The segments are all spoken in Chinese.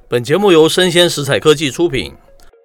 本节目由生鲜食材科技出品，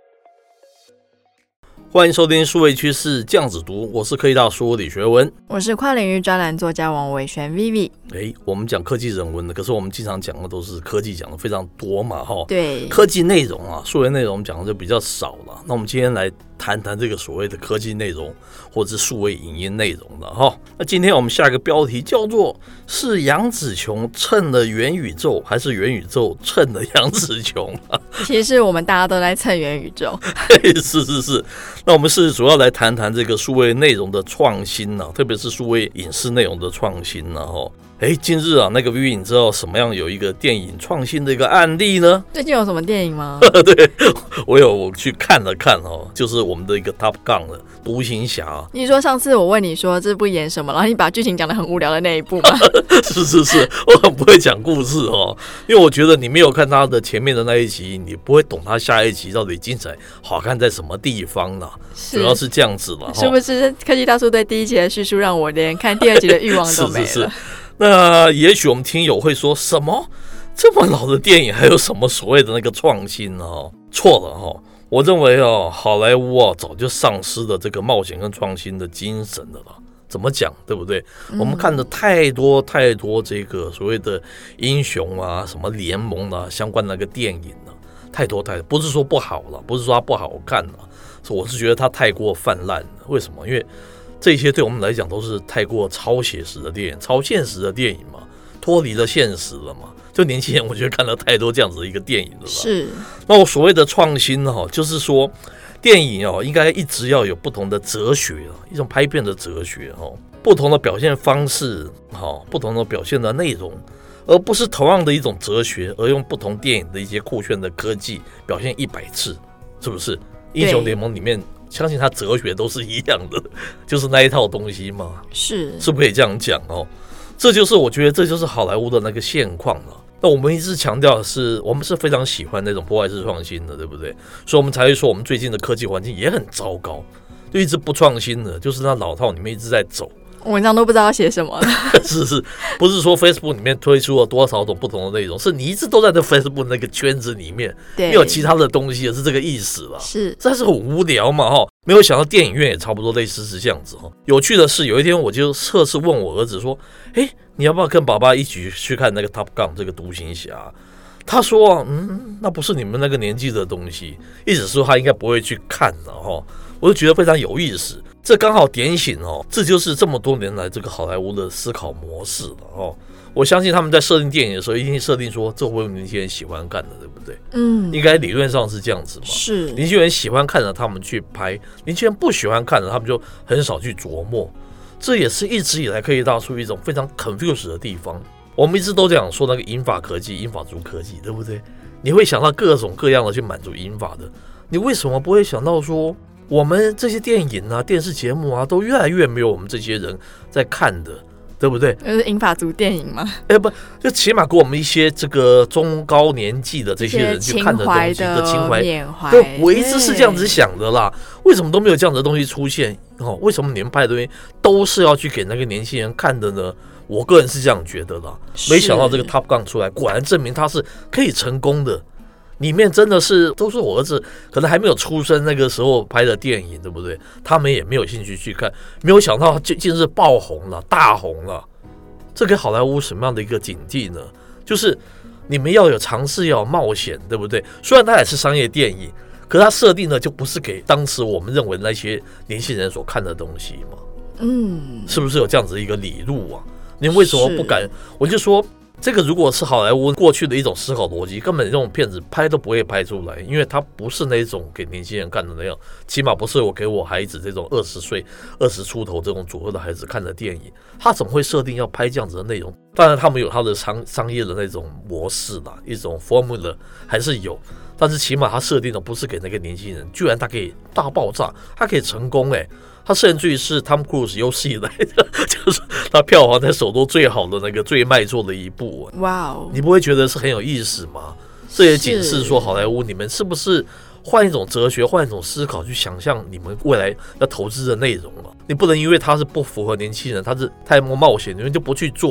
欢迎收听数位趋势酱子读，我是科技大叔李学文， 我是跨领域专栏作家王维璇 Vivi。 我们讲科技人文的，可是我们经常讲的都是科技，讲的非常多嘛， 对， 科技内容啊，数位内容讲的就比较少了。那我们今天来谈谈这个所谓的科技内容，或者是数位影音内容了哈。那今天我们下一个标题叫做“是杨紫琼蹭了元宇宙，还是元宇宙蹭了杨紫琼” 其实我们大家都在蹭元宇宙。 是。那我们是主要来谈谈这个数位内容的创新啊，特别是数位影视内容的创新啊哈。近日啊，那个 Vivi 你知道什么样有一个电影创新的一个案例呢？ 最近有什么电影吗？ 对，我去看了看哦，就是我们的一个 Top Gun 的独行侠。 你说上次我问你说这部演什么，然后你把剧情讲得很无聊的那一部吗？ 是，我很不会讲故事哦，因为我觉得你没有看他的前面的那一集，你不会懂他下一集到底精彩好看在什么地方啦。主要是这样子了， 是不是？科技大叔对第一集的叙述让我连看第二集的欲望都没了。 是。那也许我们听友会说，什么这么老的电影还有什么所谓的那个创新呢？错了我认为好莱坞早就丧失了这个冒险跟创新的精神了啦。怎么讲，对不对？我们看了太多这个所谓的英雄啊，什么联盟啊相关的那个电影啊，太多，不是说不好了，不是说它不好看了，我是觉得它太过泛滥了。为什么？因为这些对我们来讲都是太过超写实的电影，超现实的电影嘛，脱离了现实了嘛。就年轻人我觉得看了太多这样子的一个电影了吧。是。那我所谓的创新就是说电影应该一直要有不同的哲学，一种拍片的哲学，不同的表现方式，不同的表现的内容，而不是同样的一种哲学而用不同电影的一些酷炫的科技表现100次，是不是？英雄联盟里面相信它哲学都是一样的，就是那一套东西嘛，是不是可以这样讲这就是我觉得这就是好莱坞的那个现况了。那我们一直强调的是，我们是非常喜欢那种破坏式创新的，对不对？所以我们才会说我们最近的科技环境也很糟糕，就一直不创新的，就是那老套里面一直在走。 文章都不知道要写什么了。 是，不是说 Facebook 里面推出了多少种不同的内容，是你一直都在这 Facebook 那个圈子里面，没有其他的东西，是这个意思了。是，但是很无聊嘛没有想到电影院也差不多类似是这样子有趣的是，有一天我就测试问我儿子说，你要不要跟爸爸一起去看那个 Top Gun 这个独行侠？他说那不是你们那个年纪的东西，意思说他应该不会去看了我就觉得非常有意思，这刚好点醒这就是这么多年来这个好莱坞的思考模式了我相信他们在设定电影的时候，一定设定说这会年轻人喜欢看的，对不对？应该理论上是这样子嘛。是，年轻人喜欢看的他们去拍，年轻人不喜欢看的他们就很少去琢磨。这也是一直以来科技大叔一种非常 confused 的地方。我们一直都讲说那个银发科技、银发族科技，对不对？你会想到各种各样的去满足银发的，你为什么不会想到说我们这些电影啊、电视节目啊，都越来越没有我们这些人在看的，对不对？ 就是银发族电影嘛。 不，就起码给我们一些这个中高年纪的这些人去看的东西的情怀，对，我一直是这样子想的啦。为什么都没有这样的东西出现？为什么你们拍的东西都是要去给那个年轻人看的呢？我个人是这样觉得啦。没想到这个 Top Gun 出来，果然证明它是可以成功的。里面真的是都是我儿子可能还没有出生那个时候拍的电影，对不对？他们也没有兴趣去看，没有想到竟是爆红了，大红了。这给好莱坞什么样的一个警惕呢？就是你们要有尝试，要有冒险，对不对？虽然它也是商业电影，可是它设定的就不是给当时我们认为那些年轻人所看的东西嘛。是不是有这样子一个理路啊？你为什么不敢？我就说这个如果是好莱坞过去的一种思考逻辑，根本这种片子拍都不会拍出来，因为它不是那种给年轻人看的那样，起码不是我给我孩子这种20岁、20出头这种左右的孩子看的电影，他怎么会设定要拍这样子的内容？当然他们有他的商业的那种模式啦，一种 formula 还是有，但是起码他设定的不是给那个年轻人，居然他可以大爆炸，他可以成功他甚至于是 Tom Cruise 有史以来的，就是他票房在首都最好的那个最卖座的一部。哇哦！你不会觉得是很有意思吗？这也警示说，好莱坞你们是不是换一种哲学，换一种思考去想象你们未来要投资的内容了？你不能因为它是不符合年轻人，它是太冒险，你们就不去做。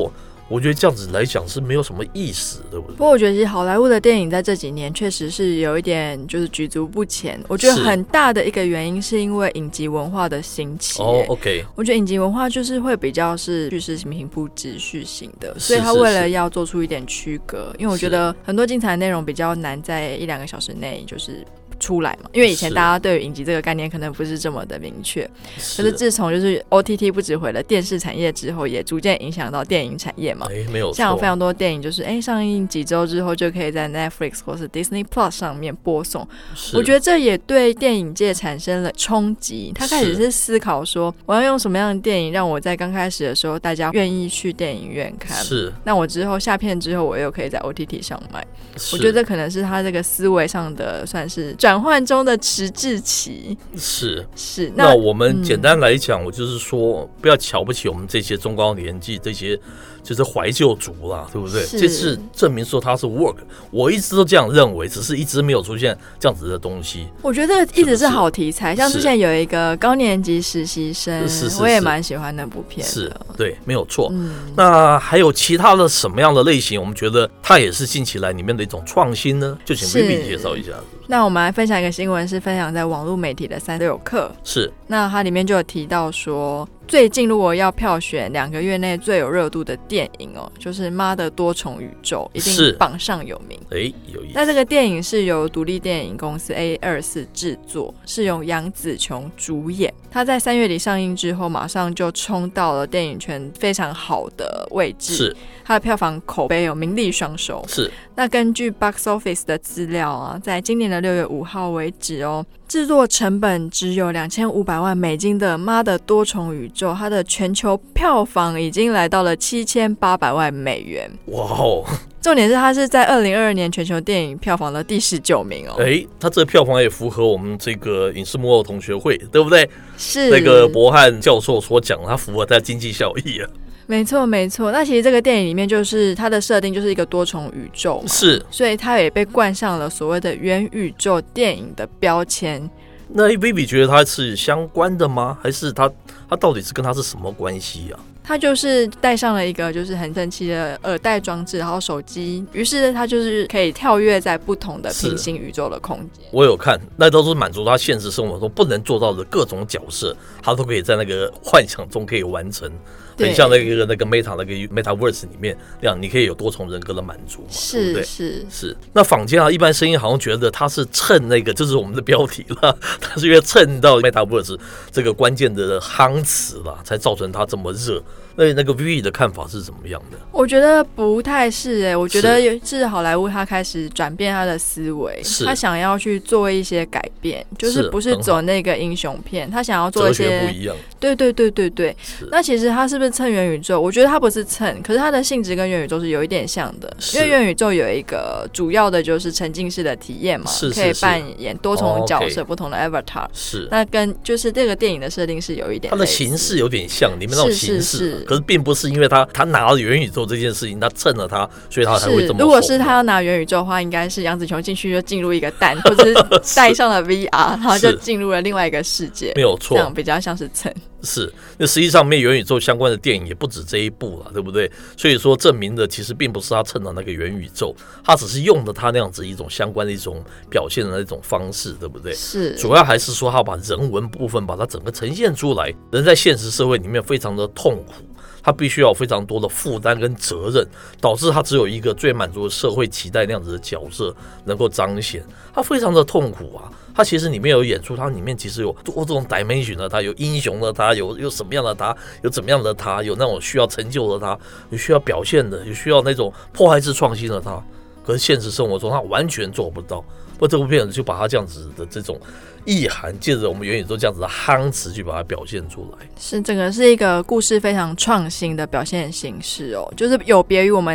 我觉得这样子来讲是没有什么意思，对不对？ 不过我觉得其实好莱坞的电影在这几年确实是有一点就是举足不前，我觉得很大的一个原因是因为影集文化的兴起。 OK， 我觉得影集文化就是会比较是叙事型平铺直叙型的，所以他为了要做出一点区隔，因为我觉得很多精彩的内容比较难在1-2个小时内就是出来嘛，因为以前大家对于影集这个概念可能不是这么的明确，可是自从就是 OTT 不只毁了电视产业之后，也逐渐影响到电影产业嘛。 没有错， 像有非常多电影就是上映几周之后就可以在 Netflix 或是 Disney Plus 上面播送，我觉得这也对电影界产生了冲击。他开始是思考说，我要用什么样的电影让我在刚开始的时候大家愿意去电影院看， 是那我之后下片之后我又可以在 OTT 上卖。我觉得这可能是他这个思维上的算是转换中的迟滞期。 是。 那我们简单来讲，我就是说，不要瞧不起我们这些中高年纪这些就是怀旧族啦，对不对？这是证明说它是 work。我一直都这样认为，只是一直没有出现这样子的东西。 我觉得一直是好题材，像之前有一个高年级实习生，我也蛮喜欢那部片的。 是，对，没有错。那还有其他的什么样的类型？我们觉得它也是近期来里面的一种创新呢？就请 Vivi 介绍一下。 那我们来分享一个新闻，是分享在网络媒体的366课。 是， 那它里面就有提到说，最近如果要票选2个月内最有热度的电影就是《妈的多重宇宙》，一定榜上有名。 有意思。 那这个电影是由独立电影公司 A24 制作，是由杨紫琼主演。它在3月底上映之后，马上就冲到了电影圈非常好的位置。 是， 它的票房口碑有名利双收。 是。 那根据 Box Office 的资料啊，在今年的6月5号为止制作成本只有$2500万的《妈的多重宇宙》，它的全球票房已经来到了$7800万。 哇哦！ 重点是它是在2022年全球电影票房的第19名它这个票房也符合我们这个影视幕后同学会，对不对？ 是那个博翰教授所讲，它符合它经济效益啊。 没错没错，那其实这个电影里面就是它的设定就是一个多重宇宙嘛， 是， 所以它也被冠上了所谓的元宇宙电影的标签。 那 Vivi 觉得它是相关的吗？还是它到底是跟它是什么关系啊？ 它就是带上了一个就是很神奇的耳带装置，然后手机，于是它就是可以跳跃在不同的平行宇宙的空间。我有看，那都是满足他现实生活中不能做到的各种角色，他都可以在那个幻想中可以完成。很像那个 Meta 那个 Metaverse 里面那样，你可以有多重人格的满足嘛，对不对？是。那坊间一般声音好像觉得他是蹭那个，就是我们的标题了，他是因为蹭到 Metaverse 这个关键的夯词啦，才造成他这么热。那个 Vivi 的看法是怎么样的？ 我觉得不太是我觉得是好莱坞他开始转变他的思维，他想要去做一些改变，就是不是走那个英雄片，他想要做一些哲学不一样。 对。那其实他是不是蹭元宇宙？我觉得他不是蹭，可是他的性质跟元宇宙是有一点像的，因为元宇宙有一个主要的就是沉浸式的体验嘛，可以扮演多重角色、不同的 avatar。 是。 那跟就是这个电影的设定是有一点， 它的形式有点像，里面那种形式。可是并不是因为他拿了元宇宙这件事情，他蹭了他，所以他才会这么红。 如果是他要拿元宇宙的话，应该是杨紫琼进去就进入一个蛋，或者是戴上了 VR， 然后就进入了另外一个世界， 没有错， 这样比较像是蹭。 是，那实际上没元宇宙相关的电影也不止这一部了，对不对？所以说证明的其实并不是他蹭的那个元宇宙，他只是用的他那样子一种相关的一种表现的那种方式，对不对？ 是， 主要还是说他把人文部分把它整个呈现出来。人在现实社会里面非常的痛苦，他必须要有非常多的负担跟责任，导致他只有一个最满足社会期待那样子的角色能够彰显，他非常的痛苦啊。他其实里面有演出，他里面其实有多种 dimension 的他，有英雄的他，有什么样的他，有怎么样的他，有那种需要成就的他，有需要表现的，有需要那种破坏式创新的他。可是现实生活中他完全做不到。不过这部片子就把他这样子的这种意涵，借着我们元宇宙这样子的夯词去把它表现出来。 是，整个是一个故事非常创新的表现形式就是有别于我们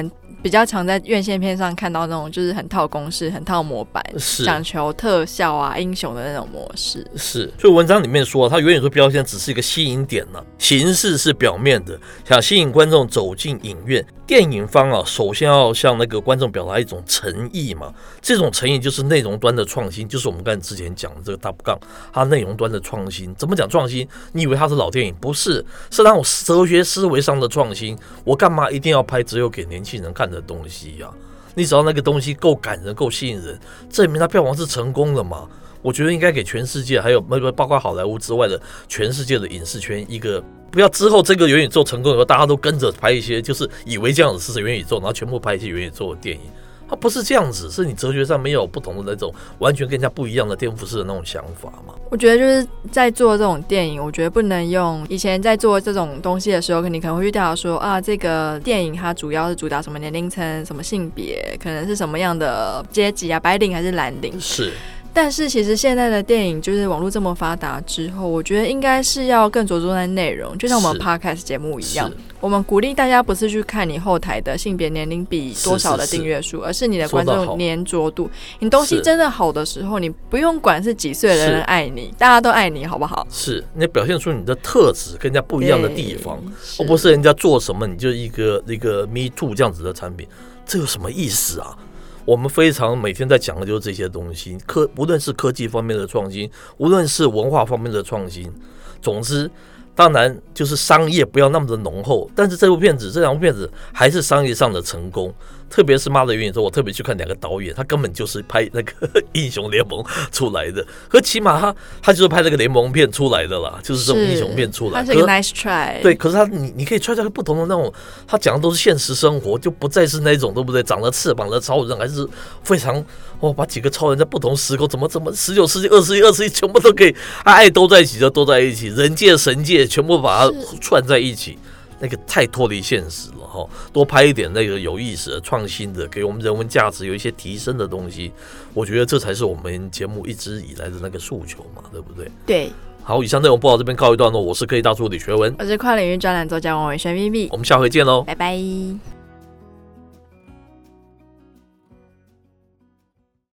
比较常在院线片上看到那种就是很套公式、很套模板，讲求特效啊、英雄的那种模式。 是，所以文章里面说，它元宇宙标签只是一个吸引点呢，形式是表面的，想吸引观众走进影院。电影方啊，首先要向那个观众表达一种诚意嘛，这种诚意就是内容端的创新，就是我们刚才之前讲的这个 Top Gun， 它内容端的创新。怎么讲创新？你以为它是老电影？不是，是那种哲学思维上的创新。我干嘛一定要拍只有给年轻人看的东西呀？你只要那个东西够感人、够吸引人，证明它票房是成功的嘛。我觉得应该给全世界，还有包括好莱坞之外的全世界的影视圈一个，不要之后这个元宇宙成功以后，大家都跟着拍一些，就是以为这样子是元宇宙，然后全部拍一些元宇宙的电影。它不是这样子，是你哲学上没有不同的那种完全跟人家不一样的颠覆式的那种想法嘛。 我觉得就是在做这种电影，我觉得不能用以前在做这种东西的时候，你可能会去调查说啊，这个电影它主要是主打什么年龄层、什么性别，可能是什么样的阶级啊，白领还是蓝领。 是。 但是其实现在的电影就是网络这么发达之后，我觉得应该是要更着重在内容，就像我们 podcast 节目一样，我们鼓励大家不是去看你后台的性别年龄比多少的订阅数，而是你的观众粘着度。你东西真的好的时候，你不用管是几岁的人爱你，大家都爱你，好不好？ 是，你表现出你的特质跟人家不一样的地方，而不是人家做什么你就一个 Me Too 这样子的产品，这有什么意思啊？我们非常每天在讲的就是这些东西，无论是科技方面的创新，无论是文化方面的创新，总之当然就是商业不要那么的浓厚，但是这两部片子还是商业上的成功。特别是妈的元宇宙，我特别去看2个导演，他根本就是拍那个英雄联盟出来的，可起码他就是拍那个联盟片出来的啦，就是这种英雄片出来的， 他是一个 nice try。 对， 可是你可以try到不同的那种，他讲的都是现实生活，就不再是那种对不对，长了翅膀的超人，还是非常把几个超人在不同时空怎么19世纪、20世纪全部都可以爱都在一起，都在一起，人界神界全部把它串在一起，那个太脱离现实了哈，多拍一点那个有意思的、创新的，给我们人文价值有一些提升的东西，我觉得这才是我们节目一直以来的那个诉求嘛，对不对？ 对。 好，以上内容播到这边告一段落，我是科技大叔李学文， 我是跨领域专栏作家王伟轩 Vivi， 我们下回见喽， 拜拜。